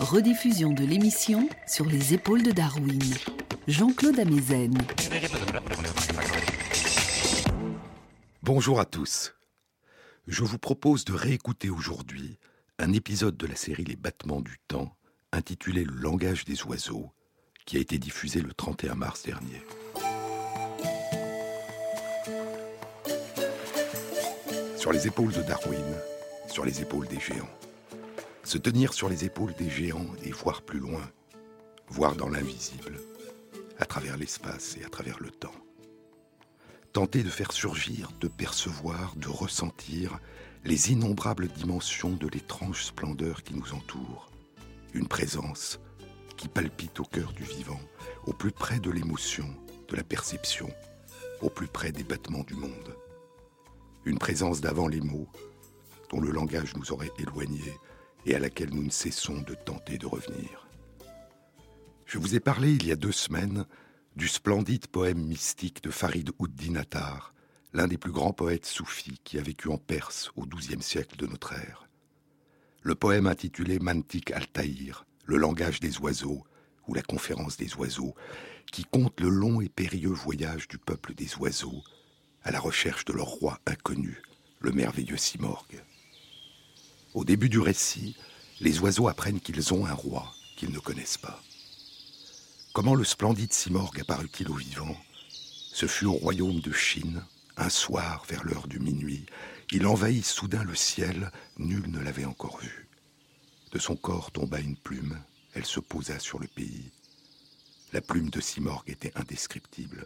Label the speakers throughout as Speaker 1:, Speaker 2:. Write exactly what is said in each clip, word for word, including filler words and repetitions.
Speaker 1: Rediffusion de l'émission Sur les épaules de Darwin. Jean-Claude Amezen.
Speaker 2: Bonjour à tous. Je vous propose de réécouter aujourd'hui un épisode de la série Les battements du temps, intitulé Le langage des oiseaux, qui a été diffusé le trente et un mars dernier. Sur les épaules de Darwin, sur les épaules des géants. Se tenir sur les épaules des géants et voir plus loin, voir dans l'invisible, à travers l'espace et à travers le temps. Tenter de faire surgir, de percevoir, de ressentir les innombrables dimensions de l'étrange splendeur qui nous entoure. Une présence qui palpite au cœur du vivant, au plus près de l'émotion, de la perception, au plus près des battements du monde. Une présence d'avant les mots, dont le langage nous aurait éloignés et à laquelle nous ne cessons de tenter de revenir. Je vous ai parlé il y a deux semaines du splendide poème mystique de Farid Oud-Din Attar, l'un des plus grands poètes soufis qui a vécu en Perse au douzième siècle de notre ère. Le poème intitulé Mantik al-Tahir, le langage des oiseaux, ou la conférence des oiseaux, qui conte le long et périlleux voyage du peuple des oiseaux à la recherche de leur roi inconnu, le merveilleux Simorgue. Au début du récit, les oiseaux apprennent qu'ils ont un roi qu'ils ne connaissent pas. Comment le splendide Simorgue apparut-il aux vivants ? Ce fut au royaume de Chine, un soir vers l'heure du minuit. Il envahit soudain le ciel, nul ne l'avait encore vu. De son corps tomba une plume, elle se posa sur le pays. La plume de Simorgue était indescriptible.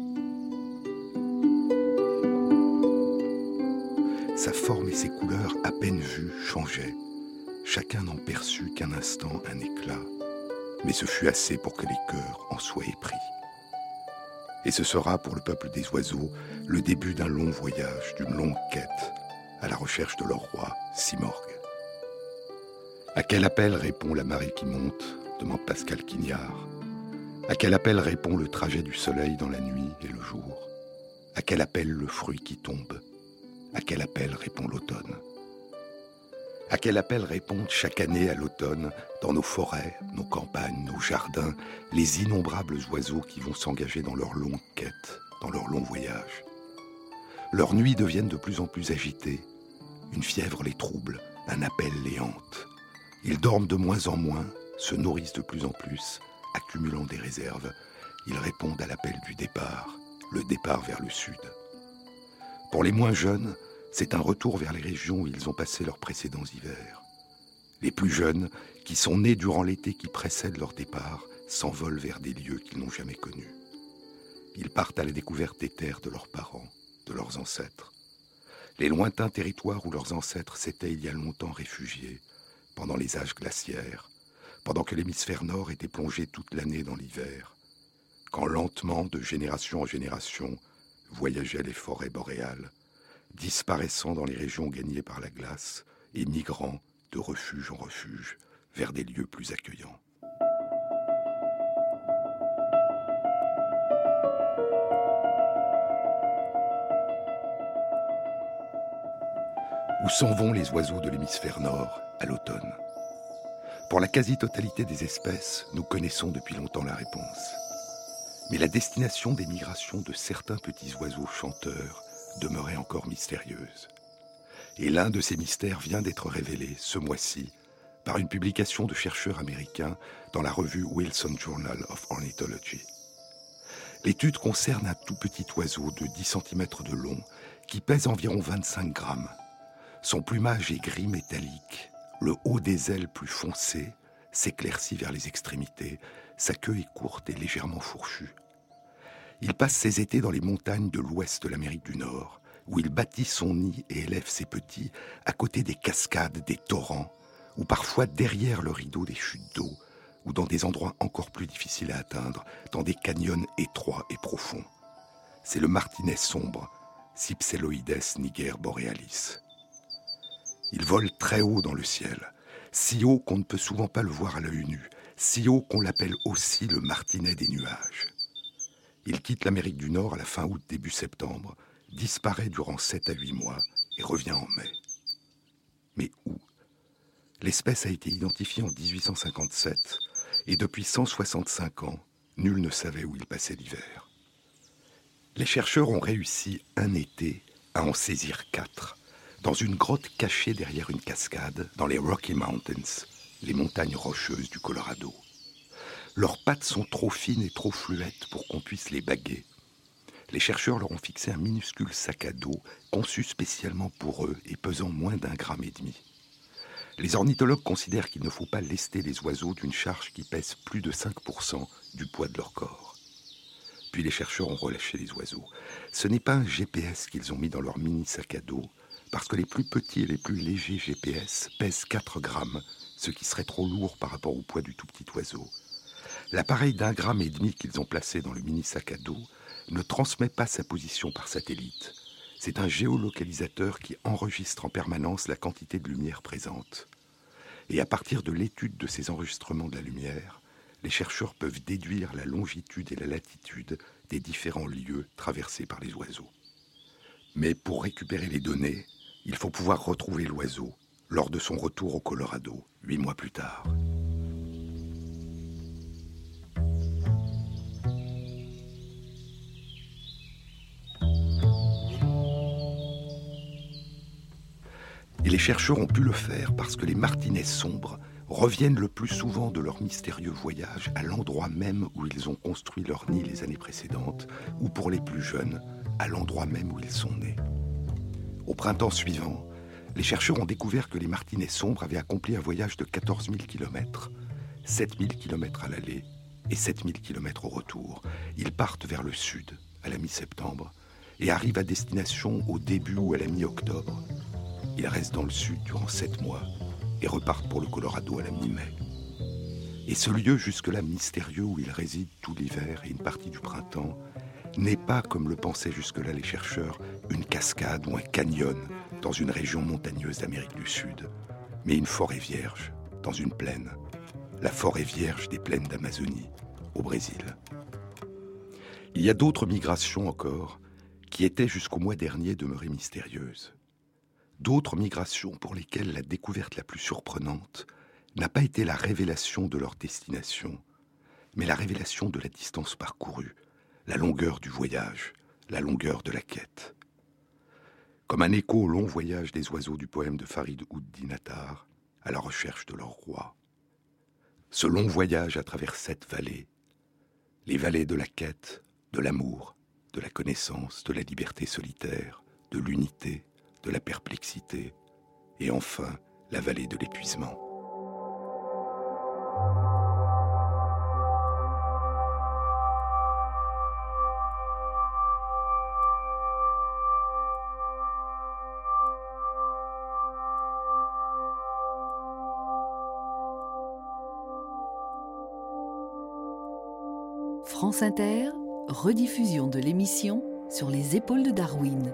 Speaker 2: Sa forme et ses couleurs, à peine vues, changeaient. Chacun n'en perçut qu'un instant un éclat. Mais ce fut assez pour que les cœurs en soient épris. Et ce sera, pour le peuple des oiseaux, le début d'un long voyage, d'une longue quête, à la recherche de leur roi, Simorgue. À quel appel répond la marée qui monte, demande Pascal Quignard. À quel appel répond le trajet du soleil dans la nuit et le jour? À quel appel le fruit qui tombe? À quel appel répond l'automne? À quel appel répondent chaque année à l'automne, dans nos forêts, nos campagnes, nos jardins, les innombrables oiseaux qui vont s'engager dans leur longue quête, dans leur long voyage? Leurs nuits deviennent de plus en plus agitées. Une fièvre les trouble, un appel les hante. Ils dorment de moins en moins, se nourrissent de plus en plus, accumulant des réserves. Ils répondent à l'appel du départ, le départ vers le sud. Pour les moins jeunes, c'est un retour vers les régions où ils ont passé leurs précédents hivers. Les plus jeunes, qui sont nés durant l'été qui précède leur départ, s'envolent vers des lieux qu'ils n'ont jamais connus. Ils partent à la découverte des terres de leurs parents, de leurs ancêtres. Les lointains territoires où leurs ancêtres s'étaient il y a longtemps réfugiés, pendant les âges glaciaires, pendant que l'hémisphère nord était plongé toute l'année dans l'hiver, quand lentement, de génération en génération, voyageaient les forêts boréales, disparaissant dans les régions gagnées par la glace et migrant de refuge en refuge vers des lieux plus accueillants. Où s'en vont les oiseaux de l'hémisphère nord à l'automne? Pour la quasi-totalité des espèces, nous connaissons depuis longtemps la réponse. Mais la destination des migrations de certains petits oiseaux chanteurs demeurait encore mystérieuse. Et l'un de ces mystères vient d'être révélé ce mois-ci par une publication de chercheurs américains dans la revue Wilson Journal of Ornithology. L'étude concerne un tout petit oiseau de dix centimètres de long qui pèse environ vingt-cinq grammes. Son plumage est gris métallique, le haut des ailes plus foncé s'éclaircit vers les extrémités, sa queue est courte et légèrement fourchue. Il passe ses étés dans les montagnes de l'ouest de l'Amérique du Nord, où il bâtit son nid et élève ses petits à côté des cascades, des torrents, ou parfois derrière le rideau des chutes d'eau, ou dans des endroits encore plus difficiles à atteindre, dans des canyons étroits et profonds. C'est le martinet sombre, Cypseloides niger borealis. Il vole très haut dans le ciel, si haut qu'on ne peut souvent pas le voir à l'œil nu, si haut qu'on l'appelle aussi le martinet des nuages. Il quitte l'Amérique du Nord à la fin août, début septembre, disparaît durant sept à huit mois et revient en mai. Mais où ? L'espèce a été identifiée en dix-huit cent cinquante-sept et depuis cent soixante-cinq ans, nul ne savait où il passait l'hiver. Les chercheurs ont réussi un été à en saisir quatre, dans une grotte cachée derrière une cascade dans les Rocky Mountains, les montagnes rocheuses du Colorado. Leurs pattes sont trop fines et trop fluettes pour qu'on puisse les baguer. Les chercheurs leur ont fixé un minuscule sac à dos conçu spécialement pour eux et pesant moins d'un gramme et demi. Les ornithologues considèrent qu'il ne faut pas lester les oiseaux d'une charge qui pèse plus de cinq pour cent du poids de leur corps. Puis les chercheurs ont relâché les oiseaux. Ce n'est pas un G P S qu'ils ont mis dans leur mini sac à dos, parce que les plus petits et les plus légers G P S pèsent quatre grammes, ce qui serait trop lourd par rapport au poids du tout petit oiseau. L'appareil d'un gramme et demi qu'ils ont placé dans le mini sac à dos ne transmet pas sa position par satellite. C'est un géolocalisateur qui enregistre en permanence la quantité de lumière présente. Et à partir de l'étude de ces enregistrements de la lumière, les chercheurs peuvent déduire la longitude et la latitude des différents lieux traversés par les oiseaux. Mais pour récupérer les données, il faut pouvoir retrouver l'oiseau lors de son retour au Colorado, huit mois plus tard. Et les chercheurs ont pu le faire parce que les martinets sombres reviennent le plus souvent de leur mystérieux voyage à l'endroit même où ils ont construit leur nid les années précédentes, ou pour les plus jeunes, à l'endroit même où ils sont nés. Au printemps suivant, les chercheurs ont découvert que les martinets sombres avaient accompli un voyage de quatorze mille kilomètres, sept mille kilomètres à l'aller et sept mille kilomètres au retour. Ils partent vers le sud, à la mi-septembre, et arrivent à destination au début ou à la mi-octobre. Ils restent dans le sud durant sept mois et repartent pour le Colorado à la mi-mai. Et ce lieu jusque-là mystérieux où ils résident tout l'hiver et une partie du printemps n'est pas, comme le pensaient jusque-là les chercheurs, une cascade ou un canyon dans une région montagneuse d'Amérique du Sud, mais une forêt vierge dans une plaine, la forêt vierge des plaines d'Amazonie, au Brésil. Il y a d'autres migrations encore qui étaient jusqu'au mois dernier demeurées mystérieuses. D'autres migrations pour lesquelles la découverte la plus surprenante n'a pas été la révélation de leur destination, mais la révélation de la distance parcourue, la longueur du voyage, la longueur de la quête. Comme un écho au long voyage des oiseaux du poème de Farid Ould Din Attar, à la recherche de leur roi. Ce long voyage à travers sept vallées, les vallées de la quête, de l'amour, de la connaissance, de la liberté solitaire, de l'unité, de la perplexité, et enfin la vallée de l'épuisement.
Speaker 1: France Inter, rediffusion de l'émission sur les épaules de Darwin.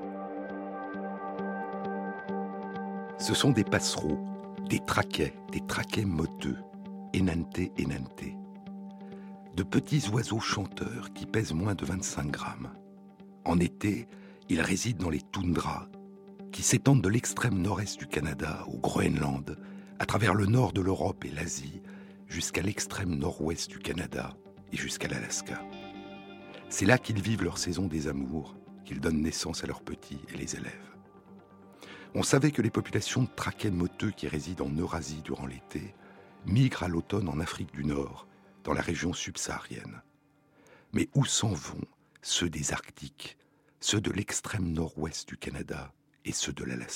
Speaker 2: Ce sont des passereaux, des traquets, des traquets moteux, enante, enante. De petits oiseaux chanteurs qui pèsent moins de vingt-cinq grammes. En été, ils résident dans les toundras, qui s'étendent de l'extrême nord-est du Canada au Groenland, à travers le nord de l'Europe et l'Asie, jusqu'à l'extrême nord-ouest du Canada et jusqu'à l'Alaska. C'est là qu'ils vivent leur saison des amours, qu'ils donnent naissance à leurs petits et les élèvent. On savait que les populations de traquets moteux qui résident en Eurasie durant l'été migrent à l'automne en Afrique du Nord, dans la région subsaharienne. Mais où s'en vont ceux des Arctiques, ceux de l'extrême nord-ouest du Canada et ceux de l'Alaska ?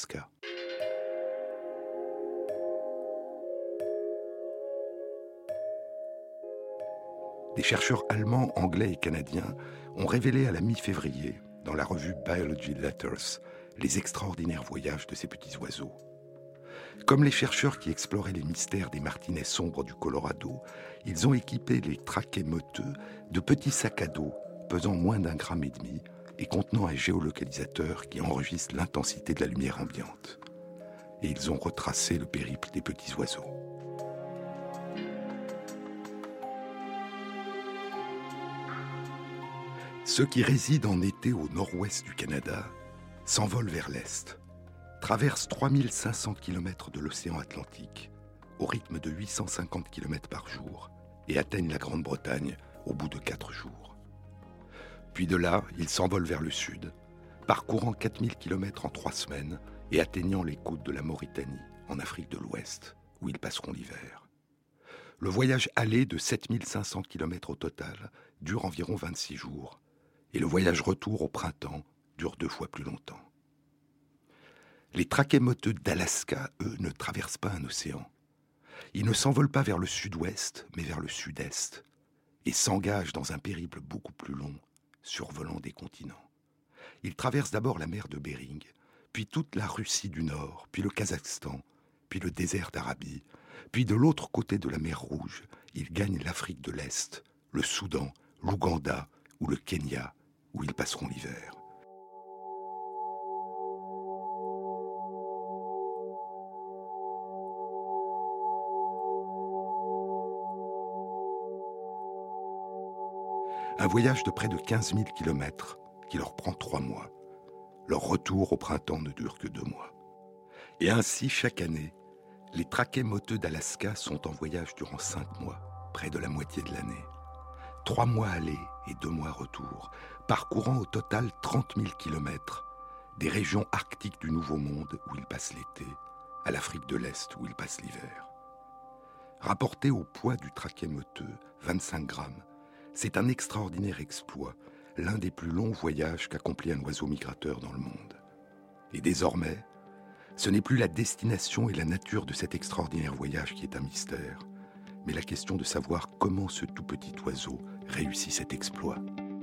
Speaker 2: Des chercheurs allemands, anglais et canadiens ont révélé à la mi-février, dans la revue Biology Letters, les extraordinaires voyages de ces petits oiseaux. Comme les chercheurs qui exploraient les mystères des martinets sombres du Colorado, ils ont équipé les traquets moteux de petits sacs à dos pesant moins d'un gramme et demi et contenant un géolocalisateur qui enregistre l'intensité de la lumière ambiante. Et ils ont retracé le périple des petits oiseaux. Ceux qui résident en été au nord-ouest du Canada s'envolent vers l'est. traversent trois mille cinq cents kilomètres de l'océan Atlantique au rythme de huit cent cinquante kilomètres par jour et atteignent la Grande-Bretagne au bout de quatre jours. Puis de là, ils s'envolent vers le sud, parcourant quatre mille kilomètres en trois semaines et atteignant les côtes de la Mauritanie, en Afrique de l'Ouest, où ils passeront l'hiver. Le voyage aller de sept mille cinq cents kilomètres au total dure environ vingt-six jours, et le voyage retour au printemps dure deux fois plus longtemps. Les trachémoteux d'Alaska, eux, ne traversent pas un océan. Ils ne s'envolent pas vers le sud-ouest, mais vers le sud-est, et s'engagent dans un périple beaucoup plus long, survolant des continents. Ils traversent d'abord la mer de Bering, puis toute la Russie du Nord, puis le Kazakhstan, puis le désert d'Arabie, puis de l'autre côté de la mer Rouge, ils gagnent l'Afrique de l'Est, le Soudan, l'Ouganda ou le Kenya, où ils passeront l'hiver. Un voyage de près de quinze mille kilomètres qui leur prend trois mois. Leur retour au printemps ne dure que deux mois. Et ainsi, chaque année, les trachémoteux d'Alaska sont en voyage durant cinq mois, près de la moitié de l'année. Trois mois aller et deux mois retour, parcourant au total trente mille kilomètres, des régions arctiques du Nouveau Monde où ils passent l'été, à l'Afrique de l'Est où ils passent l'hiver. Rapporté au poids du trachémoteux, vingt-cinq grammes, c'est un extraordinaire exploit, l'un des plus longs voyages qu'accomplit un oiseau migrateur dans le monde. Et désormais, ce n'est plus la destination et la nature de cet extraordinaire voyage qui est un mystère, mais la question de savoir comment ce tout petit oiseau réussit cet exploit.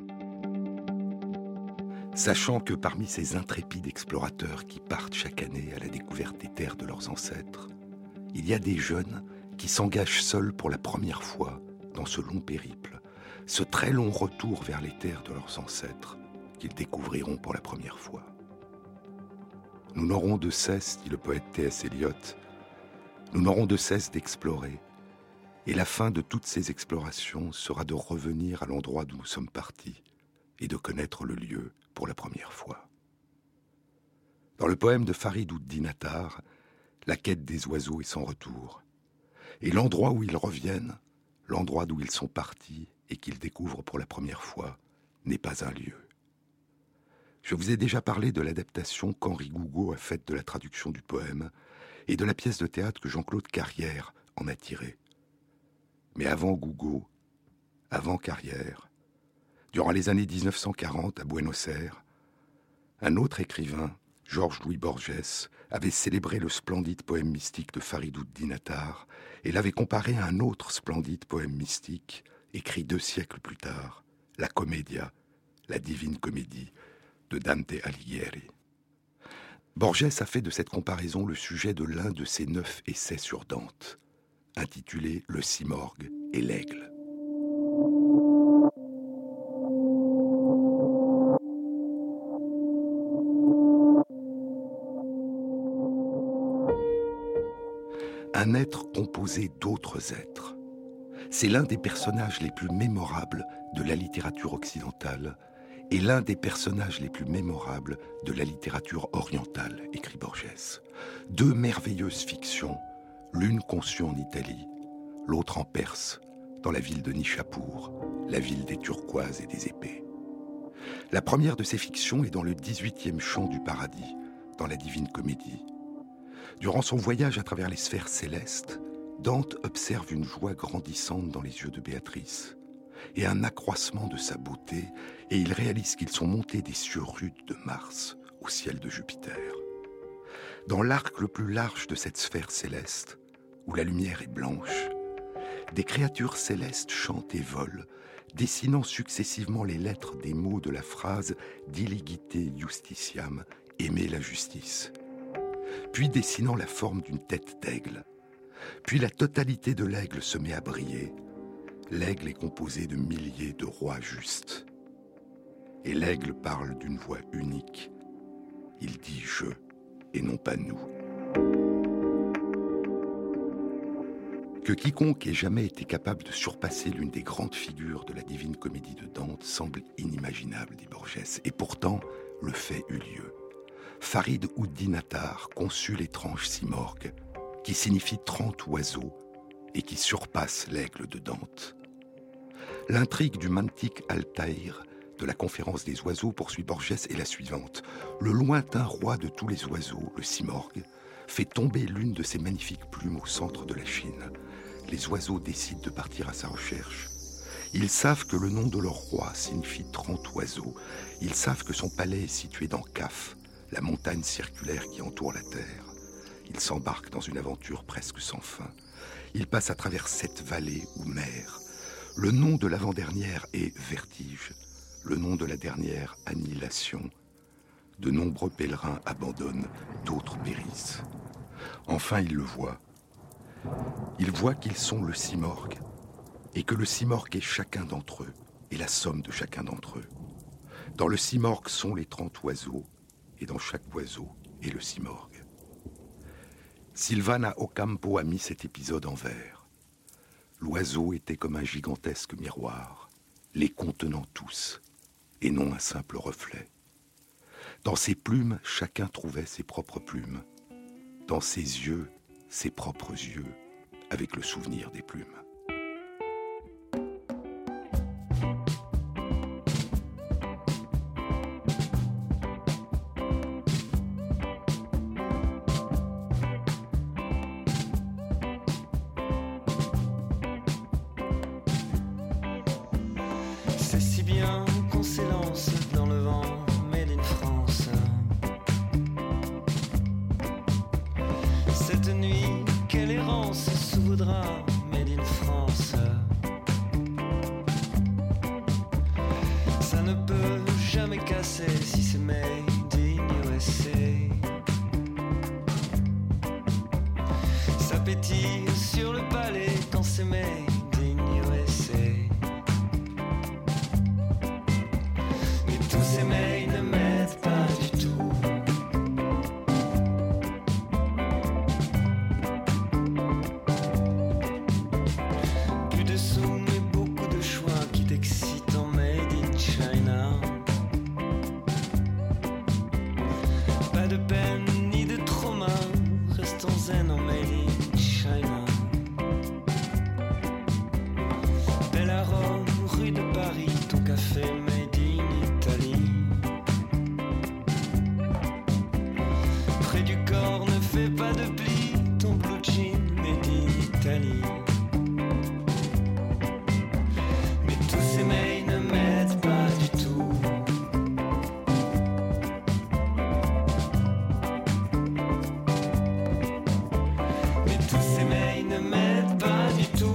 Speaker 2: Sachant que parmi ces intrépides explorateurs qui partent chaque année à la découverte des terres de leurs ancêtres, il y a des jeunes qui s'engagent seuls pour la première fois dans ce long périple, ce très long retour vers les terres de leurs ancêtres qu'ils découvriront pour la première fois. Nous n'aurons de cesse, dit le poète T S Eliot, nous n'aurons de cesse d'explorer, et la fin de toutes ces explorations sera de revenir à l'endroit d'où nous sommes partis et de connaître le lieu pour la première fois. Dans le poème de Farid Oud-Din Attar, la quête des oiseaux est sans retour, et l'endroit où ils reviennent, l'endroit d'où ils sont partis et qu'ils découvrent pour la première fois, n'est pas un lieu. Je vous ai déjà parlé de l'adaptation qu'Henri Gougaud a faite de la traduction du poème et de la pièce de théâtre que Jean-Claude Carrière en a tirée. Mais avant Gougaud, avant Carrière, durant les années dix-neuf cent quarante à Buenos Aires, un autre écrivain, Georges-Louis Borges, avait célébré le splendide poème mystique de Farid Oud-Din Attar et l'avait comparé à un autre splendide poème mystique, écrit deux siècles plus tard, la Commedia, la Divine Comédie, de Dante Alighieri. Borges a fait de cette comparaison le sujet de l'un de ses neuf essais sur Dante, intitulé « Le Simorgue et l'Aigle ». Un être composé d'autres êtres. C'est l'un des personnages les plus mémorables de la littérature occidentale et l'un des personnages les plus mémorables de la littérature orientale, écrit Borges. Deux merveilleuses fictions, l'une conçue en Italie, l'autre en Perse, dans la ville de Nishapur, la ville des turquoises et des épées. La première de ces fictions est dans le dix-huitième chant du paradis, dans la Divine Comédie. Durant son voyage à travers les sphères célestes, Dante observe une joie grandissante dans les yeux de Béatrice et un accroissement de sa beauté, et il réalise qu'ils sont montés des cieux rudes de Mars au ciel de Jupiter. Dans l'arc le plus large de cette sphère céleste, où la lumière est blanche, des créatures célestes chantent et volent, dessinant successivement les lettres des mots de la phrase « Diligite justitiam » « Aimer la justice », puis dessinant la forme d'une tête d'aigle. Puis la totalité de l'aigle se met à briller. L'aigle est composé de milliers de rois justes. Et l'aigle parle d'une voix unique. Il dit « je » et non pas « nous ». Que quiconque ait jamais été capable de surpasser l'une des grandes figures de la Divine Comédie de Dante semble inimaginable, dit Borges. Et pourtant, le fait eut lieu. Farid Oud-Din Attar conçut l'étrange simorgue, qui signifie trente oiseaux et qui surpasse l'aigle de Dante. L'intrigue du Mantik al-Tahir de la conférence des oiseaux, poursuit Borges, est la suivante. Le lointain roi de tous les oiseaux, le simorgue, fait tomber l'une de ses magnifiques plumes au centre de la Chine. Les oiseaux décident de partir à sa recherche. Ils savent que le nom de leur roi signifie trente oiseaux. Ils savent que son palais est situé dans Kaf, la montagne circulaire qui entoure la Terre. Ils s'embarquent dans une aventure presque sans fin. Ils passent à travers sept vallées ou mers. Le nom de l'avant-dernière est Vertige. Le nom de la dernière, Annihilation. De nombreux pèlerins abandonnent, d'autres périssent. Enfin, ils le voient. Ils voient qu'ils sont le simorgue, et que le simorgue est chacun d'entre eux, et la somme de chacun d'entre eux. Dans le simorgue sont les trente oiseaux, et dans chaque oiseau est le simorgue. Silvana Ocampo a mis cet épisode en vers. L'oiseau était comme un gigantesque miroir, les contenant tous, et non un simple reflet. Dans ses plumes, chacun trouvait ses propres plumes. Dans ses yeux, ses propres yeux, avec le souvenir des plumes.
Speaker 3: C'est si bien qu'on s'élance dans le vent, made in France. Cette nuit, quelle errance sous vos draps, made in France. Ça ne peut jamais casser si c'est made in U S A. Ça pétille sur le palais quand c'est made in U S A. Tous ces mails ne m'aident pas du tout. Plus de sous mais beaucoup de choix qui t'excitent en made in China. Pas de peine ni de trauma, restons zen en made in China. Belle à Rome, rue de Paris, ton café made in Italie. Près du corps ne fais pas de plis, ton blue jean made in Italie. Mais tous ces mails ne m'aident pas du tout. Mais tous ces mails ne m'aident pas du tout.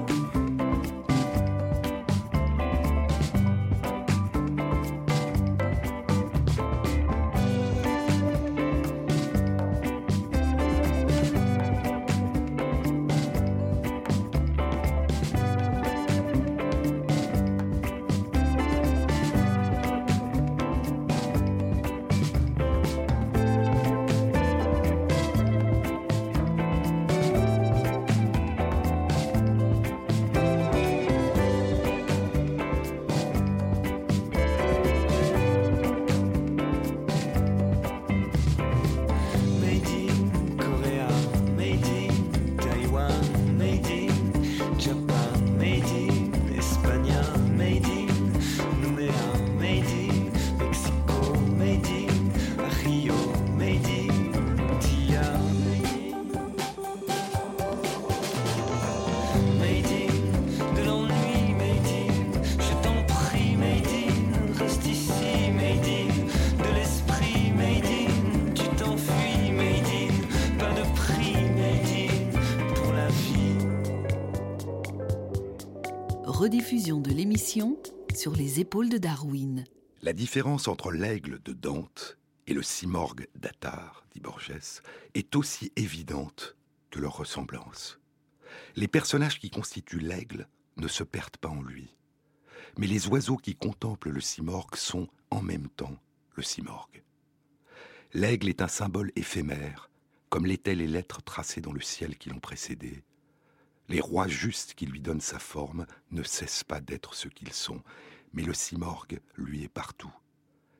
Speaker 1: Rediffusion de l'émission sur les épaules de Darwin.
Speaker 2: La différence entre l'aigle de Dante et le simorgue d'Attar, dit Borges, est aussi évidente que leur ressemblance. Les personnages qui constituent l'aigle ne se perdent pas en lui. Mais les oiseaux qui contemplent le simorgue sont, en même temps, le simorgue. L'aigle est un symbole éphémère, comme l'étaient les lettres tracées dans le ciel qui l'ont précédé. Les rois justes qui lui donnent sa forme ne cessent pas d'être ce qu'ils sont, mais le simorgue, lui, est partout.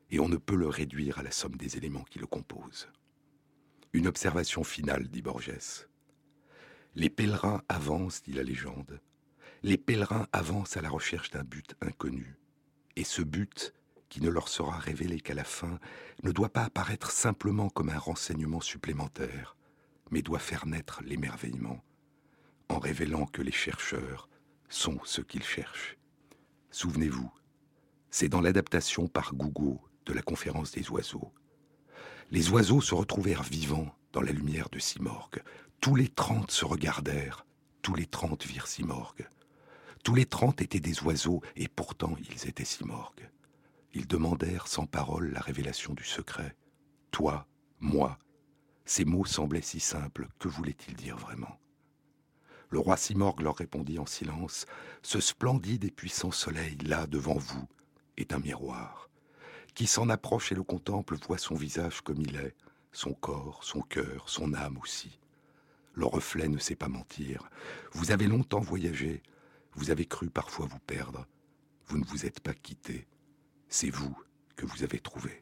Speaker 2: et on ne peut le réduire à la somme des éléments qui le composent. Une observation finale, dit Borges. Les pèlerins avancent, dit la légende. Les pèlerins avancent à la recherche d'un but inconnu. Et ce but, qui ne leur sera révélé qu'à la fin, ne doit pas apparaître simplement comme un renseignement supplémentaire, mais doit faire naître l'émerveillement, en révélant que les chercheurs sont ce qu'ils cherchent. Souvenez-vous, c'est dans l'adaptation par Gougaud de la conférence des oiseaux. Les oiseaux se retrouvèrent vivants dans la lumière de Simorgue. Tous les trente se regardèrent, tous les trente virent Simorgue. Tous les trente étaient des oiseaux, et pourtant ils étaient Simorgue. Ils demandèrent sans parole la révélation du secret. Toi, moi. Ces mots semblaient si simples, que voulait-il dire vraiment ? Le roi Simorgue leur répondit en silence, « Ce splendide et puissant soleil, là, devant vous, est un miroir. Qui s'en approche et le contemple voit son visage comme il est, son corps, son cœur, son âme aussi. Le reflet ne sait pas mentir. Vous avez longtemps voyagé, vous avez cru parfois vous perdre. Vous ne vous êtes pas quitté. C'est vous que vous avez trouvé.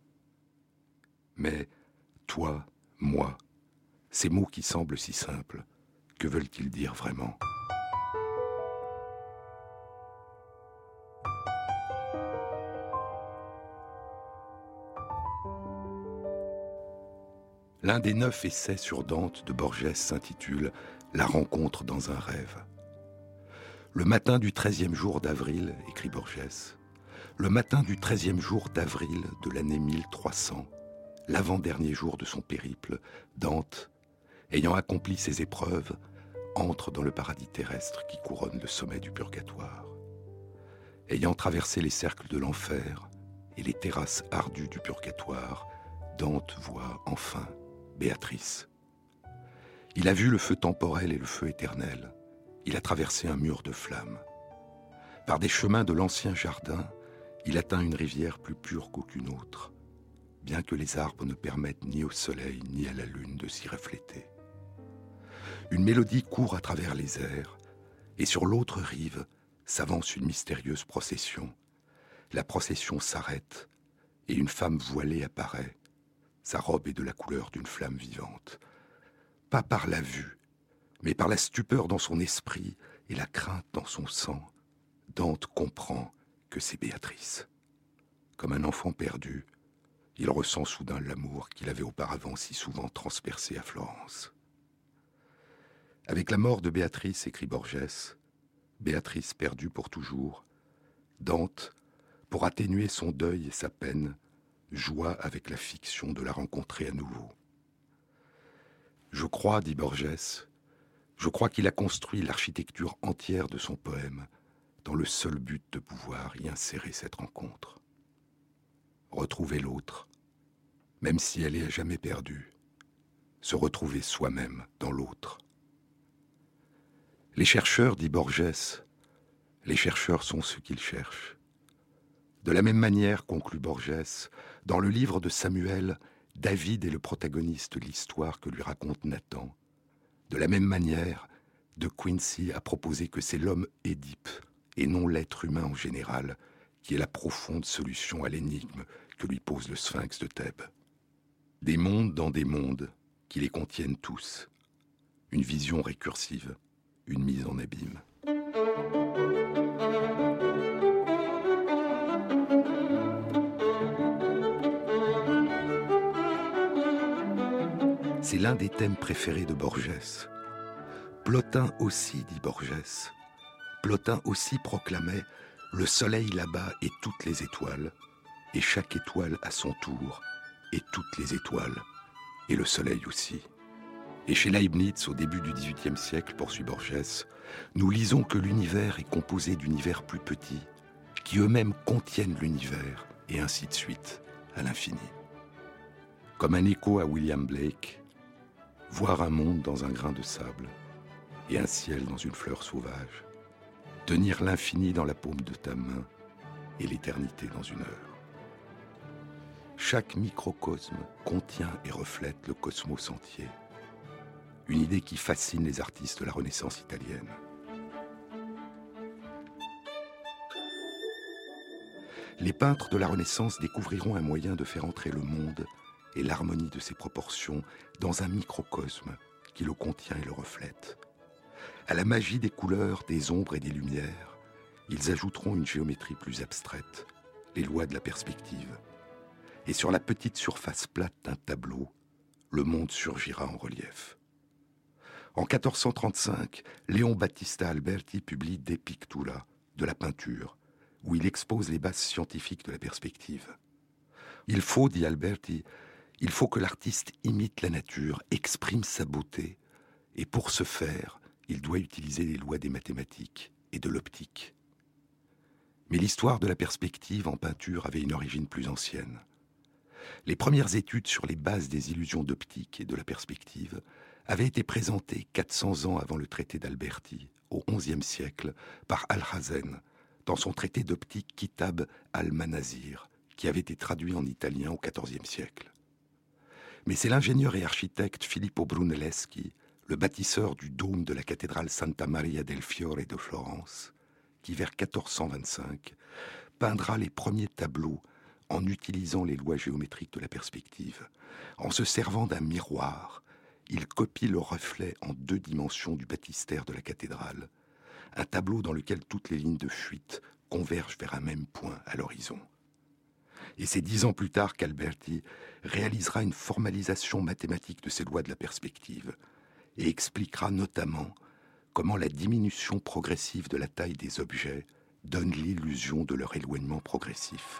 Speaker 2: Mais toi, moi, ces mots qui semblent si simples, que veulent-ils dire vraiment ? L'un des neuf essais sur Dante de Borges s'intitule « La rencontre dans un rêve ». Le matin du treizième jour d'avril, écrit Borges, le matin du treizième jour d'avril de l'année mille trois cents, l'avant-dernier jour de son périple, Dante, ayant accompli ses épreuves, entre dans le paradis terrestre qui couronne le sommet du purgatoire. Ayant traversé les cercles de l'enfer et les terrasses ardues du purgatoire, Dante voit enfin Béatrice. Il a vu le feu temporel et le feu éternel. Il a traversé un mur de flammes. Par des chemins de l'ancien jardin, il atteint une rivière plus pure qu'aucune autre, bien que les arbres ne permettent ni au soleil ni à la lune de s'y refléter. Une mélodie court à travers les airs, et sur l'autre rive s'avance une mystérieuse procession. La procession s'arrête, et une femme voilée apparaît. Sa robe est de la couleur d'une flamme vivante. Pas par la vue, mais par la stupeur dans son esprit et la crainte dans son sang, Dante comprend que c'est Béatrice. Comme un enfant perdu, il ressent soudain l'amour qu'il avait auparavant si souvent transpercé à Florence. Avec la mort de Béatrice, écrit Borges, Béatrice perdue pour toujours, Dante, pour atténuer son deuil et sa peine, joua avec la fiction de la rencontrer à nouveau. Je crois, dit Borges, je crois qu'il a construit l'architecture entière de son poème dans le seul but de pouvoir y insérer cette rencontre. Retrouver l'autre, même si elle est à jamais perdue, se retrouver soi-même dans l'autre. Les chercheurs, dit Borges, les chercheurs sont ceux qu'ils cherchent. De la même manière, conclut Borges, dans le livre de Samuel, David est le protagoniste de l'histoire que lui raconte Nathan. De la même manière, De Quincey a proposé que c'est l'homme Édipe, et non l'être humain en général, qui est la profonde solution à l'énigme que lui pose le sphinx de Thèbes. Des mondes dans des mondes, qui les contiennent tous. Une vision récursive, une mise en abîme. C'est l'un des thèmes préférés de Borges. Plotin aussi, dit Borges. Plotin aussi proclamait « Le soleil là-bas et toutes les étoiles, et chaque étoile à son tour, et toutes les étoiles, et le soleil aussi. » Et chez Leibniz, au début du dix-huitième siècle, poursuit Borges, nous lisons que l'univers est composé d'univers plus petits, qui eux-mêmes contiennent l'univers, et ainsi de suite, à l'infini. Comme un écho à William Blake, voir un monde dans un grain de sable, et un ciel dans une fleur sauvage, tenir l'infini dans la paume de ta main, et l'éternité dans une heure. Chaque microcosme contient et reflète le cosmos entier. Une idée qui fascine les artistes de la Renaissance italienne. Les peintres de la Renaissance découvriront un moyen de faire entrer le monde et l'harmonie de ses proportions dans un microcosme qui le contient et le reflète. À la magie des couleurs, des ombres et des lumières, ils ajouteront une géométrie plus abstraite, les lois de la perspective. Et sur la petite surface plate d'un tableau, le monde surgira en relief. En quatorze cent trente-cinq, Léon Battista Alberti publie De Pictura, de la peinture, où il expose les bases scientifiques de la perspective. Il faut, dit Alberti, il faut que l'artiste imite la nature, exprime sa beauté, et pour ce faire, il doit utiliser les lois des mathématiques et de l'optique. Mais l'histoire de la perspective en peinture avait une origine plus ancienne. Les premières études sur les bases des illusions d'optique et de la perspective avaient été présentées quatre cents ans avant le traité d'Alberti, au onzième siècle, par Alhazen, dans son traité d'optique Kitab al-Manazir, qui avait été traduit en italien au quatorzième siècle. Mais c'est l'ingénieur et architecte Filippo Brunelleschi, le bâtisseur du dôme de la cathédrale Santa Maria del Fiore de Florence, qui vers quatorze cent vingt-cinq peindra les premiers tableaux en utilisant les lois géométriques de la perspective. En se servant d'un miroir, il copie le reflet en deux dimensions du baptistère de la cathédrale, un tableau dans lequel toutes les lignes de fuite convergent vers un même point à l'horizon. Et c'est dix ans plus tard qu'Alberti réalisera une formalisation mathématique de ces lois de la perspective et expliquera notamment comment la diminution progressive de la taille des objets donne l'illusion de leur éloignement progressif.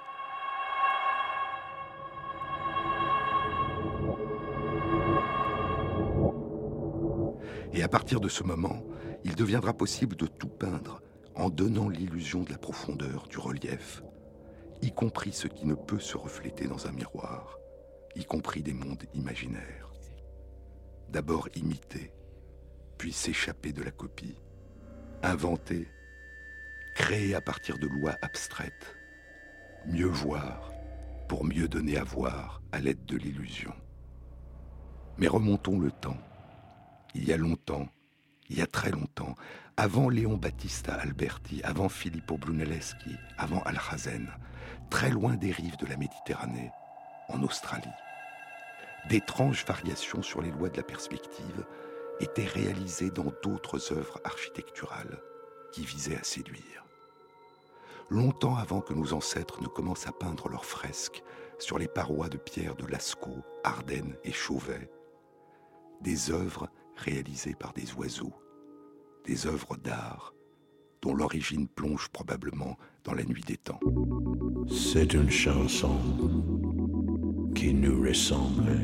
Speaker 2: Et à partir de ce moment, il deviendra possible de tout peindre en donnant l'illusion de la profondeur, du relief, y compris ce qui ne peut se refléter dans un miroir, y compris des mondes imaginaires. D'abord imiter, puis s'échapper de la copie, inventer, créer à partir de lois abstraites, mieux voir pour mieux donner à voir à l'aide de l'illusion. Mais remontons le temps. Il y a longtemps, il y a très longtemps, avant Léon Battista Alberti, avant Filippo Brunelleschi, avant Alhazen, très loin des rives de la Méditerranée, en Australie, d'étranges variations sur les lois de la perspective étaient réalisées dans d'autres œuvres architecturales qui visaient à séduire. Longtemps avant que nos ancêtres ne commencent à peindre leurs fresques sur les parois de pierre de Lascaux, Ardennes et Chauvet, des œuvres réalisées par des oiseaux, des œuvres d'art dont l'origine plonge probablement dans la nuit des temps.
Speaker 4: C'est une chanson qui nous ressemble.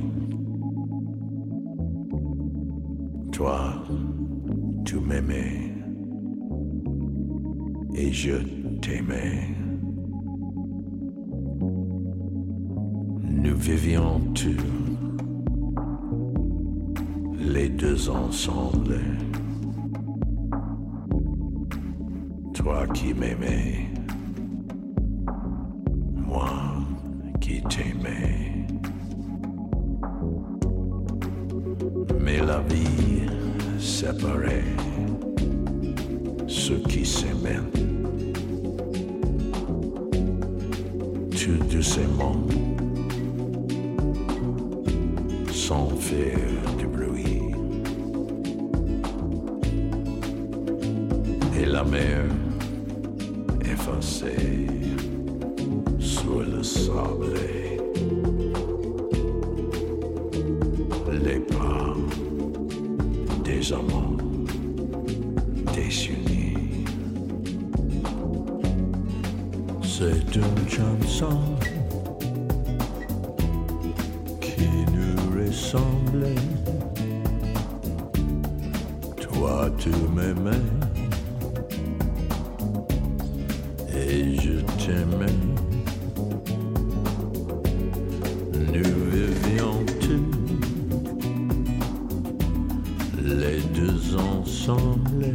Speaker 4: Toi, tu m'aimais et je t'aimais. Nous vivions tous les deux ensemble. Toi qui m'aimais, moi qui t'aimais. Mais la vie séparait ceux qui s'aimaient. Tout doucement, sans faire de bruit. Et la mer effacée sur le sable, les pas des amants désunis. C'est une chanson qui nous ressemble. Toi tu m'aimais et je t'aimais. Nous vivions tous les deux ensemble.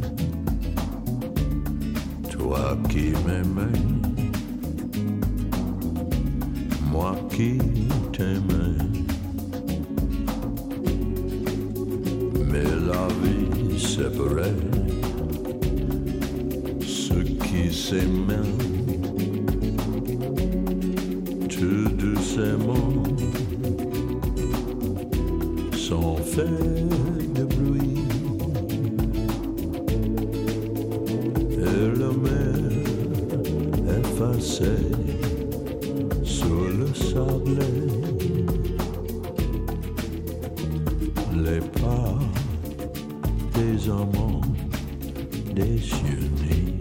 Speaker 4: Toi qui m'aimais, moi qui t'aimais. Mais la vie séparait ceux qui s'aimaient. tout doucement, sans faire de bruit. Et la mer effacée sur le sable, les pas des amants désunis.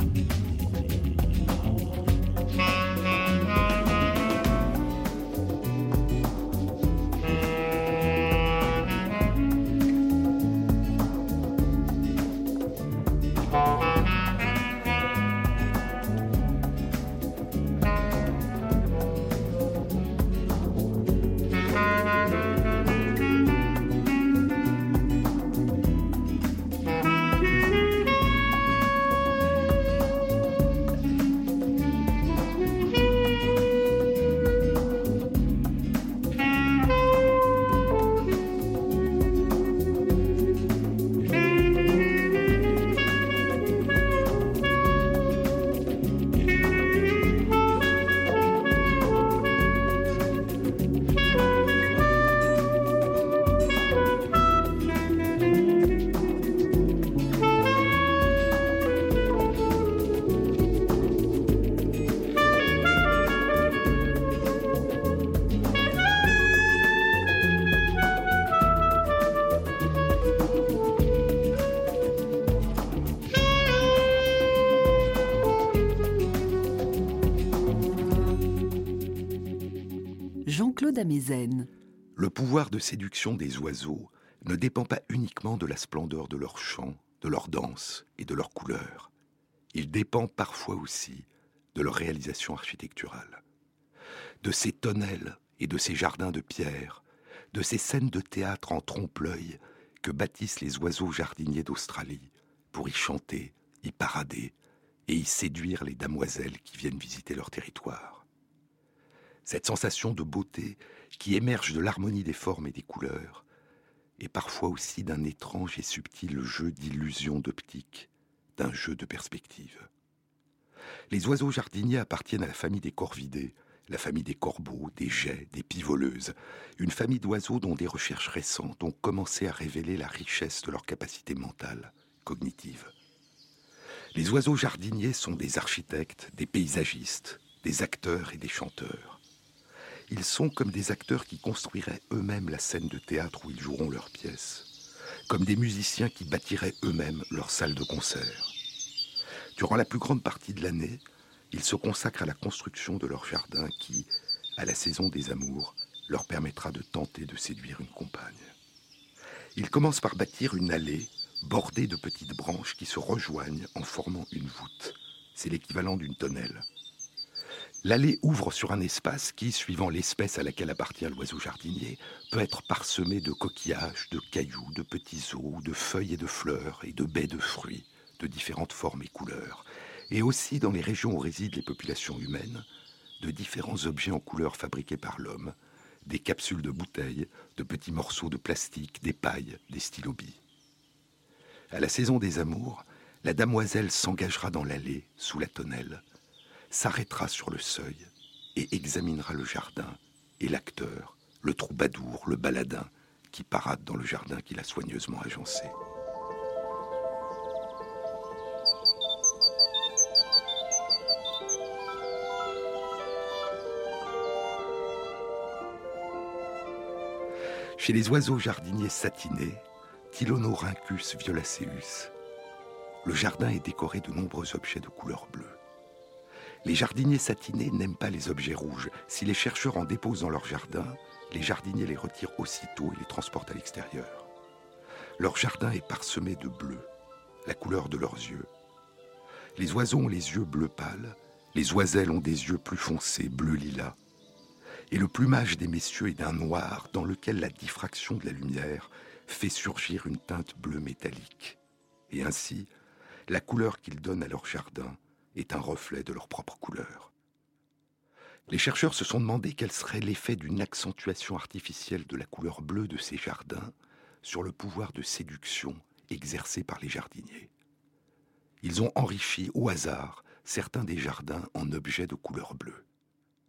Speaker 1: Jean-Claude Amezen.
Speaker 2: Le pouvoir de séduction des oiseaux ne dépend pas uniquement de la splendeur de leur chant, de leur danse et de leurs couleurs. Il dépend parfois aussi de leur réalisation architecturale. De ces tonnelles et de ces jardins de pierre, de ces scènes de théâtre en trompe-l'œil que bâtissent les oiseaux jardiniers d'Australie pour y chanter, y parader et y séduire les damoiselles qui viennent visiter leur territoire. Cette sensation de beauté qui émerge de l'harmonie des formes et des couleurs, et parfois aussi d'un étrange et subtil jeu d'illusions d'optique, d'un jeu de perspective. Les oiseaux jardiniers appartiennent à la famille des corvidés, la famille des corbeaux, des geais, des pivoleuses, une famille d'oiseaux dont des recherches récentes ont commencé à révéler la richesse de leur capacité mentale, cognitive. Les oiseaux jardiniers sont des architectes, des paysagistes, des acteurs et des chanteurs. Ils sont comme des acteurs qui construiraient eux-mêmes la scène de théâtre où ils joueront leurs pièces, comme des musiciens qui bâtiraient eux-mêmes leur salle de concert. Durant la plus grande partie de l'année, ils se consacrent à la construction de leur jardin qui, à la saison des amours, leur permettra de tenter de séduire une compagne. Ils commencent par bâtir une allée bordée de petites branches qui se rejoignent en formant une voûte. C'est l'équivalent d'une tonnelle. L'allée ouvre sur un espace qui, suivant l'espèce à laquelle appartient l'oiseau jardinier, peut être parsemé de coquillages, de cailloux, de petits os, de feuilles et de fleurs et de baies de fruits de différentes formes et couleurs, et aussi dans les régions où résident les populations humaines, de différents objets en couleurs fabriqués par l'homme, des capsules de bouteilles, de petits morceaux de plastique, des pailles, des stylobies. À la saison des amours, la damoiselle s'engagera dans l'allée, sous la tonnelle, s'arrêtera sur le seuil et examinera le jardin et l'acteur, le troubadour, le baladin, qui parade dans le jardin qu'il a soigneusement agencé. Chez les oiseaux jardiniers satinés, Tilonorhynchus violaceus, le jardin est décoré de nombreux objets de couleur bleue. Les jardiniers satinés n'aiment pas les objets rouges. Si les chercheurs en déposent dans leur jardin, les jardiniers les retirent aussitôt et les transportent à l'extérieur. Leur jardin est parsemé de bleu, la couleur de leurs yeux. Les oiseaux ont les yeux bleu pâle, les oiselles ont des yeux plus foncés, bleu lilas. Et le plumage des messieurs est d'un noir dans lequel la diffraction de la lumière fait surgir une teinte bleue métallique. Et ainsi, la couleur qu'ils donnent à leur jardin est un reflet de leur propre couleur. Les chercheurs se sont demandé quel serait l'effet d'une accentuation artificielle de la couleur bleue de ces jardins sur le pouvoir de séduction exercé par les jardiniers. Ils ont enrichi au hasard certains des jardins en objets de couleur bleue.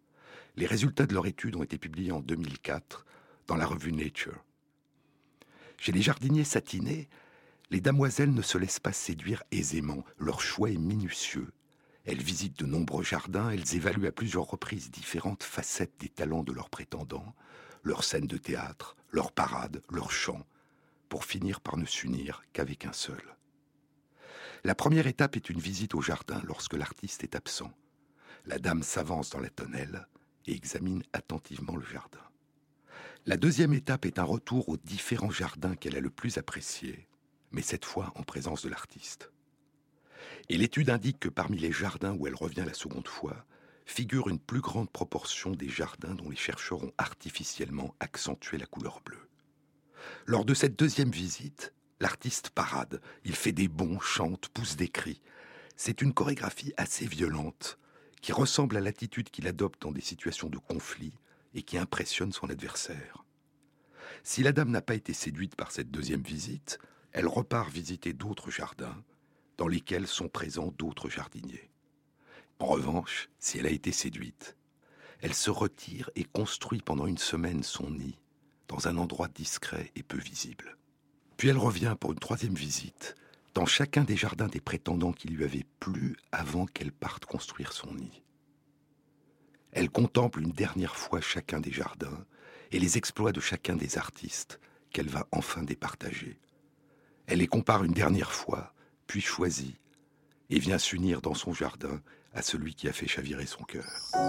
Speaker 2: Les résultats de leur étude ont été publiés en deux mille quatre dans la revue Nature. Chez les jardiniers satinés, les damoiselles ne se laissent pas séduire aisément. Leur choix est minutieux. Elles visitent de nombreux jardins, elles évaluent à plusieurs reprises différentes facettes des talents de leurs prétendants, leurs scènes de théâtre, leurs parades, leurs chants, pour finir par ne s'unir qu'avec un seul. La première étape est une visite au jardin lorsque l'artiste est absent. La dame s'avance dans la tonnelle et examine attentivement le jardin. La deuxième étape est un retour aux différents jardins qu'elle a le plus appréciés, mais cette fois en présence de l'artiste. Et l'étude indique que parmi les jardins où elle revient la seconde fois, figure une plus grande proportion des jardins dont les chercheurs ont artificiellement accentué la couleur bleue. Lors de cette deuxième visite, l'artiste parade, il fait des bonds, chante, pousse des cris. C'est une chorégraphie assez violente, qui ressemble à l'attitude qu'il adopte dans des situations de conflit et qui impressionne son adversaire. Si la dame n'a pas été séduite par cette deuxième visite, elle repart visiter d'autres jardins, dans lesquels sont présents d'autres jardiniers. En revanche, si elle a été séduite, elle se retire et construit pendant une semaine son nid, dans un endroit discret et peu visible. Puis elle revient pour une troisième visite, dans chacun des jardins des prétendants qui lui avaient plu avant qu'elle parte construire son nid. Elle contemple une dernière fois chacun des jardins et les exploits de chacun des artistes qu'elle va enfin départager. Elle les compare une dernière fois, puis choisit, et vient s'unir dans son jardin à celui qui a fait chavirer son cœur.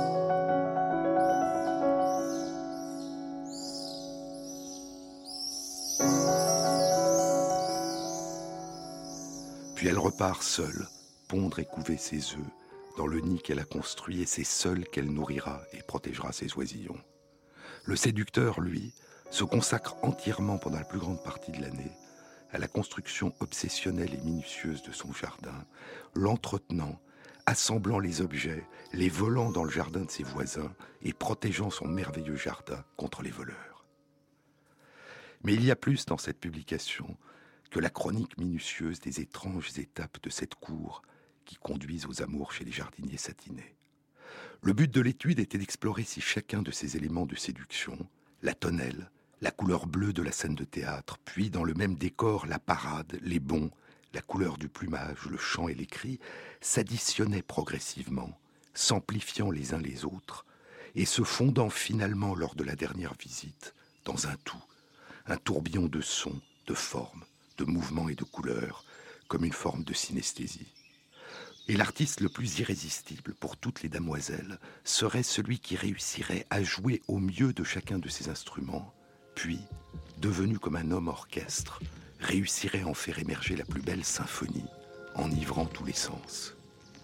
Speaker 2: Puis elle repart seule, pondre et couver ses œufs dans le nid qu'elle a construit, et c'est seule qu'elle nourrira et protégera ses oisillons. Le séducteur, lui, se consacre entièrement pendant la plus grande partie de l'année à la construction obsessionnelle et minutieuse de son jardin, l'entretenant, assemblant les objets, les volant dans le jardin de ses voisins et protégeant son merveilleux jardin contre les voleurs. Mais il y a plus dans cette publication que la chronique minutieuse des étranges étapes de cette cour qui conduisent aux amours chez les jardiniers satinés. Le but de l'étude était d'explorer si chacun de ces éléments de séduction, la tonnelle, la couleur bleue de la scène de théâtre, puis dans le même décor, la parade, les bonds, la couleur du plumage, le chant et les cris, s'additionnaient progressivement, s'amplifiant les uns les autres, et se fondant finalement lors de la dernière visite dans un tout, un tourbillon de sons, de formes, de mouvements et de couleurs, comme une forme de synesthésie. Et l'artiste le plus irrésistible pour toutes les damoiselles serait celui qui réussirait à jouer au mieux de chacun de ces instruments, puis, devenu comme un homme orchestre, réussirait à en faire émerger la plus belle symphonie, enivrant tous les sens.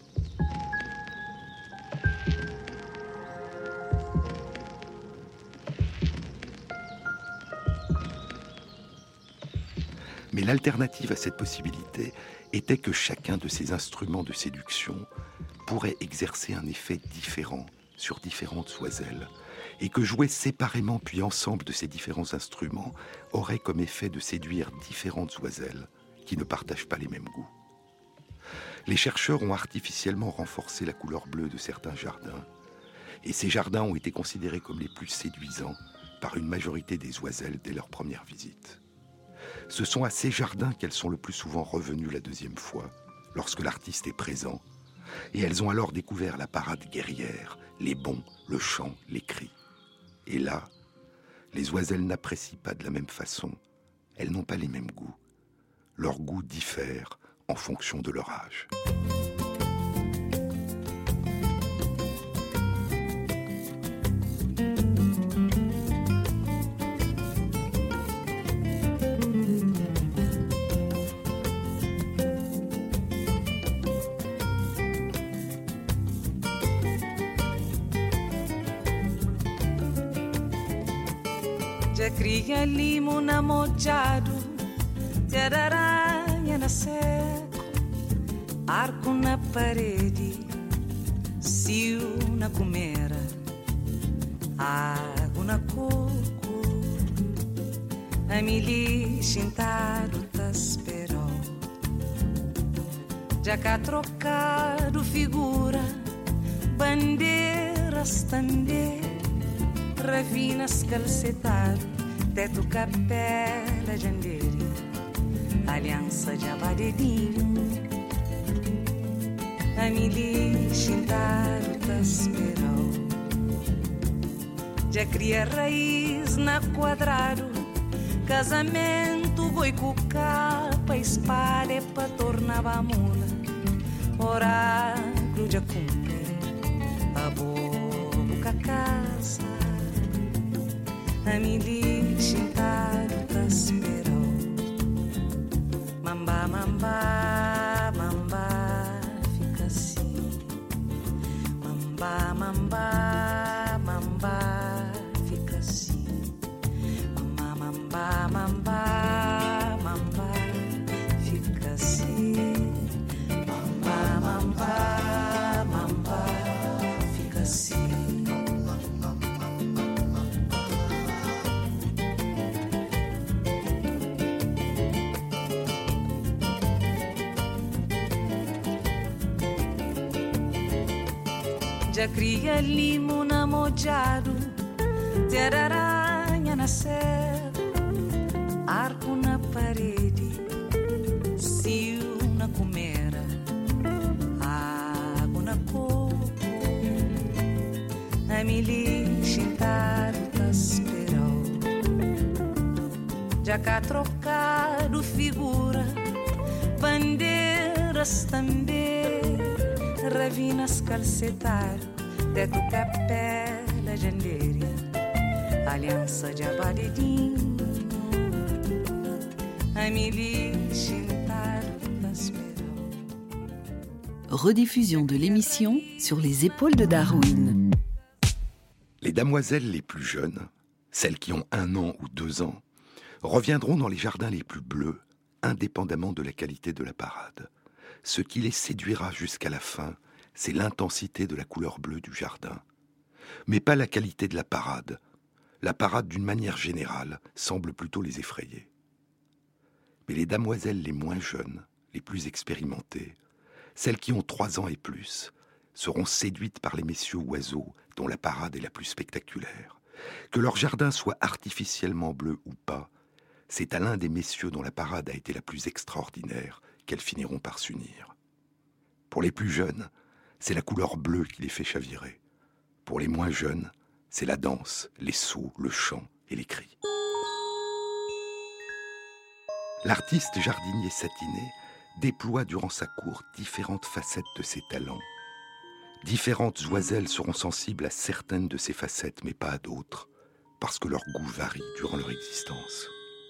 Speaker 2: Mais l'alternative à cette possibilité était que chacun de ces instruments de séduction pourrait exercer un effet différent sur différentes oiselles, et que jouer séparément puis ensemble de ces différents instruments aurait comme effet de séduire différentes oiselles qui ne partagent pas les mêmes goûts. Les chercheurs ont artificiellement renforcé la couleur bleue de certains jardins, et ces jardins ont été considérés comme les plus séduisants par une majorité des oiselles dès leur première visite. Ce sont à ces jardins qu'elles sont le plus souvent revenues la deuxième fois, lorsque l'artiste est présent, et elles ont alors découvert la parade guerrière, les bonds, le chant, les cris. Et là, les oiselles n'apprécient pas de la même façon, elles n'ont pas les mêmes goûts. Leurs goûts diffèrent en fonction de leur âge.
Speaker 5: Já cria limo na mojado, ter aranha na seco, arco na parede, cio na comera, água na coco, a milhi chintado tá esperou. Já cá trocado figura, bandeiras também. ravina scalcetado, teto capela jandeira, aliança de abadedinho, a mili chintaro tasperol, já cria raiz na quadrado, casamento boi com capa, espada é pra tornar a mula, oráculo já cumpre, a boca casa, a mili chintaro tasperol, mamba, mamba, mamba, fica assim, mamba, mamba, mamba, fica assim, mamba, mamba, mamba, mamba, fica assim, mamba, mamba, mamba, fica assim. Já cria limo namorado, ter aranha na serra, arco na parede, cio na comera, água na coco, a mili chintaro tasperol. Já cá trocado figura, bandeiras também, ravinas calcetaro, teto capela jandeira, aliança de abadedinho, a mili chintaro tasperol.
Speaker 1: Rediffusion de l'émission sur les épaules de Darwin.
Speaker 2: Les damoiselles les plus jeunes, celles qui ont un an ou deux ans, reviendront dans les jardins les plus bleus, indépendamment de la qualité de la parade. Ce qui les séduira jusqu'à la fin, c'est l'intensité de la couleur bleue du jardin. Mais pas la qualité de la parade. La parade, d'une manière générale, semble plutôt les effrayer. Mais les damoiselles les moins jeunes, les plus expérimentées, celles qui ont trois ans et plus, seront séduites par les messieurs oiseaux dont la parade est la plus spectaculaire. Que leur jardin soit artificiellement bleu ou pas, c'est à l'un des messieurs dont la parade a été la plus extraordinaire qu'elles finiront par s'unir. Pour les plus jeunes, c'est la couleur bleue qui les fait chavirer. Pour les moins jeunes, c'est la danse, les sauts, le chant et les cris. L'artiste jardinier satiné déploie durant sa cour différentes facettes de ses talents. Différentes oiselles seront sensibles à certaines de ces facettes, mais pas à d'autres, parce que leur goût varie durant leur existence.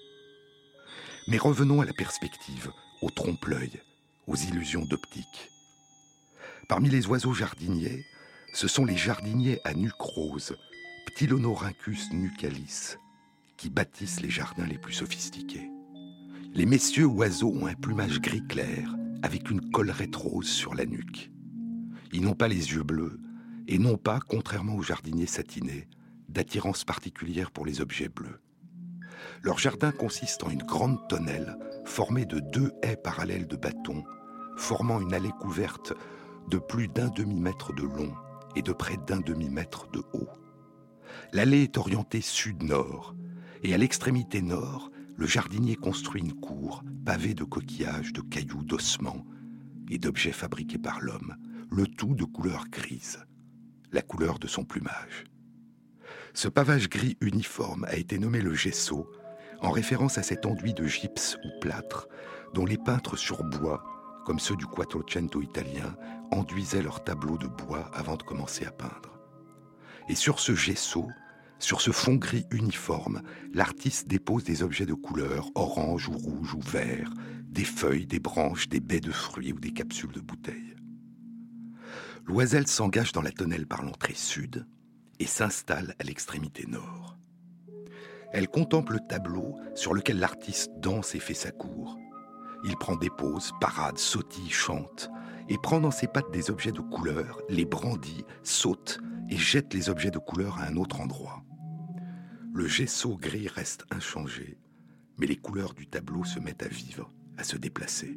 Speaker 2: Mais revenons à la perspective, au trompe-l'œil, aux illusions d'optique. Parmi les oiseaux jardiniers, ce sont les jardiniers à nuque rose, Ptilonorhynchus nucalis, qui bâtissent les jardins les plus sophistiqués. Les messieurs oiseaux ont un plumage gris clair, avec une collerette rose sur la nuque. Ils n'ont pas les yeux bleus, et n'ont pas, contrairement aux jardiniers satinés, d'attirance particulière pour les objets bleus. Leur jardin consiste en une grande tonnelle formée de deux haies parallèles de bâtons, formant une allée couverte de plus d'un demi-mètre de long et de près d'un demi-mètre de haut. L'allée est orientée sud-nord, et à l'extrémité nord, le jardinier construit une cour pavée de coquillages, de cailloux, d'ossements et d'objets fabriqués par l'homme, le tout de couleur grise, la couleur de son plumage. Ce pavage gris uniforme a été nommé le gesso, en référence à cet enduit de gypse ou plâtre dont les peintres sur bois, comme ceux du Quattrocento italien, enduisaient leurs tableaux de bois avant de commencer à peindre. Et sur ce gesso, sur ce fond gris uniforme, l'artiste dépose des objets de couleur, orange ou rouge ou vert, des feuilles, des branches, des baies de fruits ou des capsules de bouteilles. L'oiselle s'engage dans la tonnelle par l'entrée sud et s'installe à l'extrémité nord. Elle contemple le tableau sur lequel l'artiste danse et fait sa cour. Il prend des pauses, parade, sautille, chante, et prend dans ses pattes des objets de couleur, les brandit, saute et jette les objets de couleur à un autre endroit. Le gesso gris reste inchangé, mais les couleurs du tableau se mettent à vivre, à se déplacer.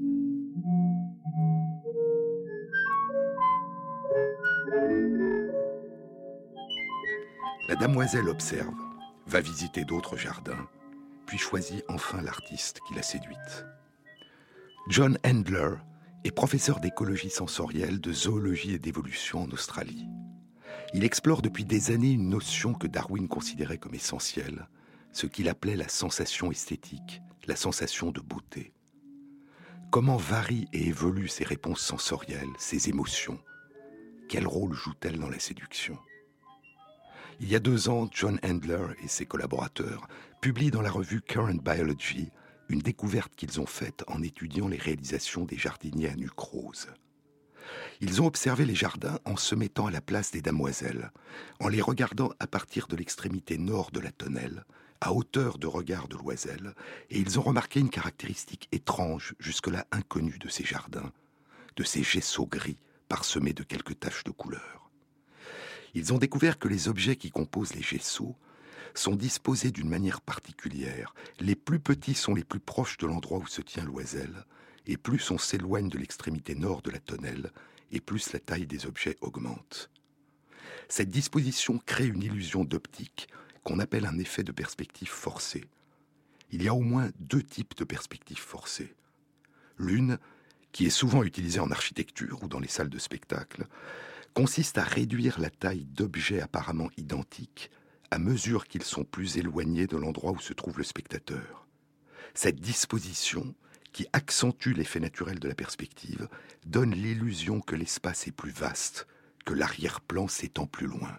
Speaker 2: La demoiselle observe, va visiter d'autres jardins, puis choisit enfin l'artiste qui l'a séduite. John Handler est professeur d'écologie sensorielle, de zoologie et d'évolution en Australie. Il explore depuis des années une notion que Darwin considérait comme essentielle, ce qu'il appelait la sensation esthétique, la sensation de beauté. Comment varient et évoluent ces réponses sensorielles, ces émotions? Quel rôle jouent-elles dans la séduction? Il y a deux ans, John Handler et ses collaborateurs publient dans la revue Current Biology une découverte qu'ils ont faite en étudiant les réalisations des jardiniers à nuque rose. Ils ont observé les jardins en se mettant à la place des damoiselles, en les regardant à partir de l'extrémité nord de la tonnelle, à hauteur de regard de Loisel, et ils ont remarqué une caractéristique étrange, jusque-là inconnue de ces jardins, de ces gesso gris parsemés de quelques taches de couleur. Ils ont découvert que les objets qui composent les gessos sont disposés d'une manière particulière. Les plus petits sont les plus proches de l'endroit où se tient Loisel, et plus on s'éloigne de l'extrémité nord de la tonnelle, et plus la taille des objets augmente. Cette disposition crée une illusion d'optique qu'on appelle un effet de perspective forcée. Il y a au moins deux types de perspectives forcées. L'une, qui est souvent utilisée en architecture ou dans les salles de spectacle, consiste à réduire la taille d'objets apparemment identiques à mesure qu'ils sont plus éloignés de l'endroit où se trouve le spectateur. Cette disposition, qui accentue l'effet naturel de la perspective, donne l'illusion que l'espace est plus vaste, que l'arrière-plan s'étend plus loin.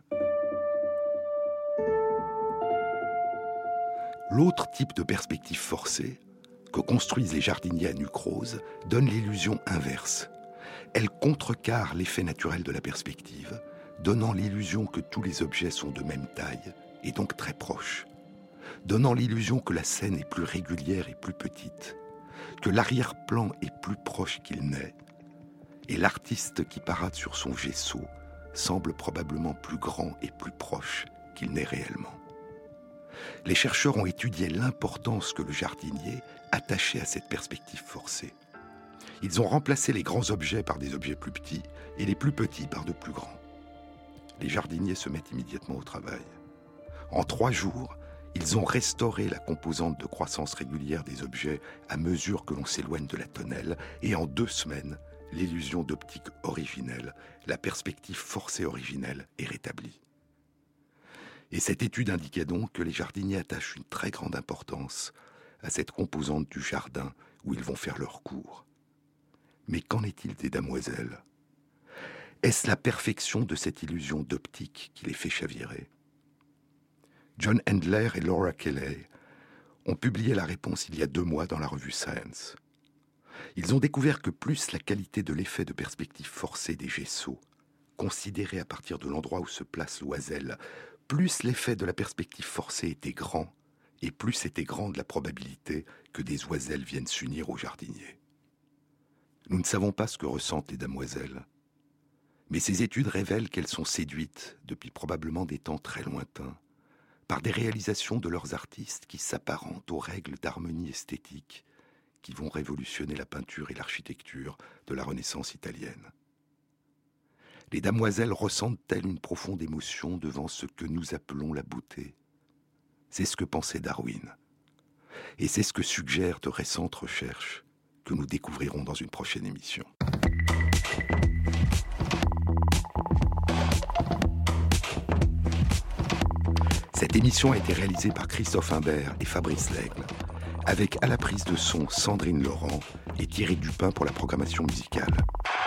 Speaker 2: L'autre type de perspective forcée, que construisent les jardiniers à nuque rose, donne l'illusion inverse. Elle contrecarre l'effet naturel de la perspective, donnant l'illusion que tous les objets sont de même taille, et donc très proches, donnant l'illusion que la scène est plus régulière et plus petite, que l'arrière-plan est plus proche qu'il n'est, et l'artiste qui parade sur son gesso semble probablement plus grand et plus proche qu'il n'est réellement. Les chercheurs ont étudié l'importance que le jardinier attachait à cette perspective forcée. Ils ont remplacé les grands objets par des objets plus petits et les plus petits par de plus grands. Les jardiniers se mettent immédiatement au travail. En trois jours, ils ont restauré la composante de croissance régulière des objets à mesure que l'on s'éloigne de la tonnelle, et en deux semaines, l'illusion d'optique originelle, la perspective forcée originelle, est rétablie. Et cette étude indiquait donc que les jardiniers attachent une très grande importance à cette composante du jardin où ils vont faire leur cours. Mais qu'en est-il des damoiselles? Est-ce la perfection de cette illusion d'optique qui les fait chavirer? John Handler et Laura Kelly ont publié la réponse il y a deux mois dans la revue Science. Ils ont découvert que plus la qualité de l'effet de perspective forcée des gessos, considéré à partir de l'endroit où se place Loisel, plus l'effet de la perspective forcée était grand, et plus était grande la probabilité que des oiselles viennent s'unir aux jardiniers. Nous ne savons pas ce que ressentent les damoiselles, mais ces études révèlent qu'elles sont séduites, depuis probablement des temps très lointains, par des réalisations de leurs artistes qui s'apparentent aux règles d'harmonie esthétique qui vont révolutionner la peinture et l'architecture de la Renaissance italienne. Les damoiselles ressentent-elles une profonde émotion devant ce que nous appelons la beauté? C'est ce que pensait Darwin. Et c'est ce que suggèrent de récentes recherches que nous découvrirons dans une prochaine émission. Cette émission a été réalisée par Christophe Imbert et Fabrice Lègle, avec à la prise de son Sandrine Laurent et Thierry Dupin pour la programmation musicale.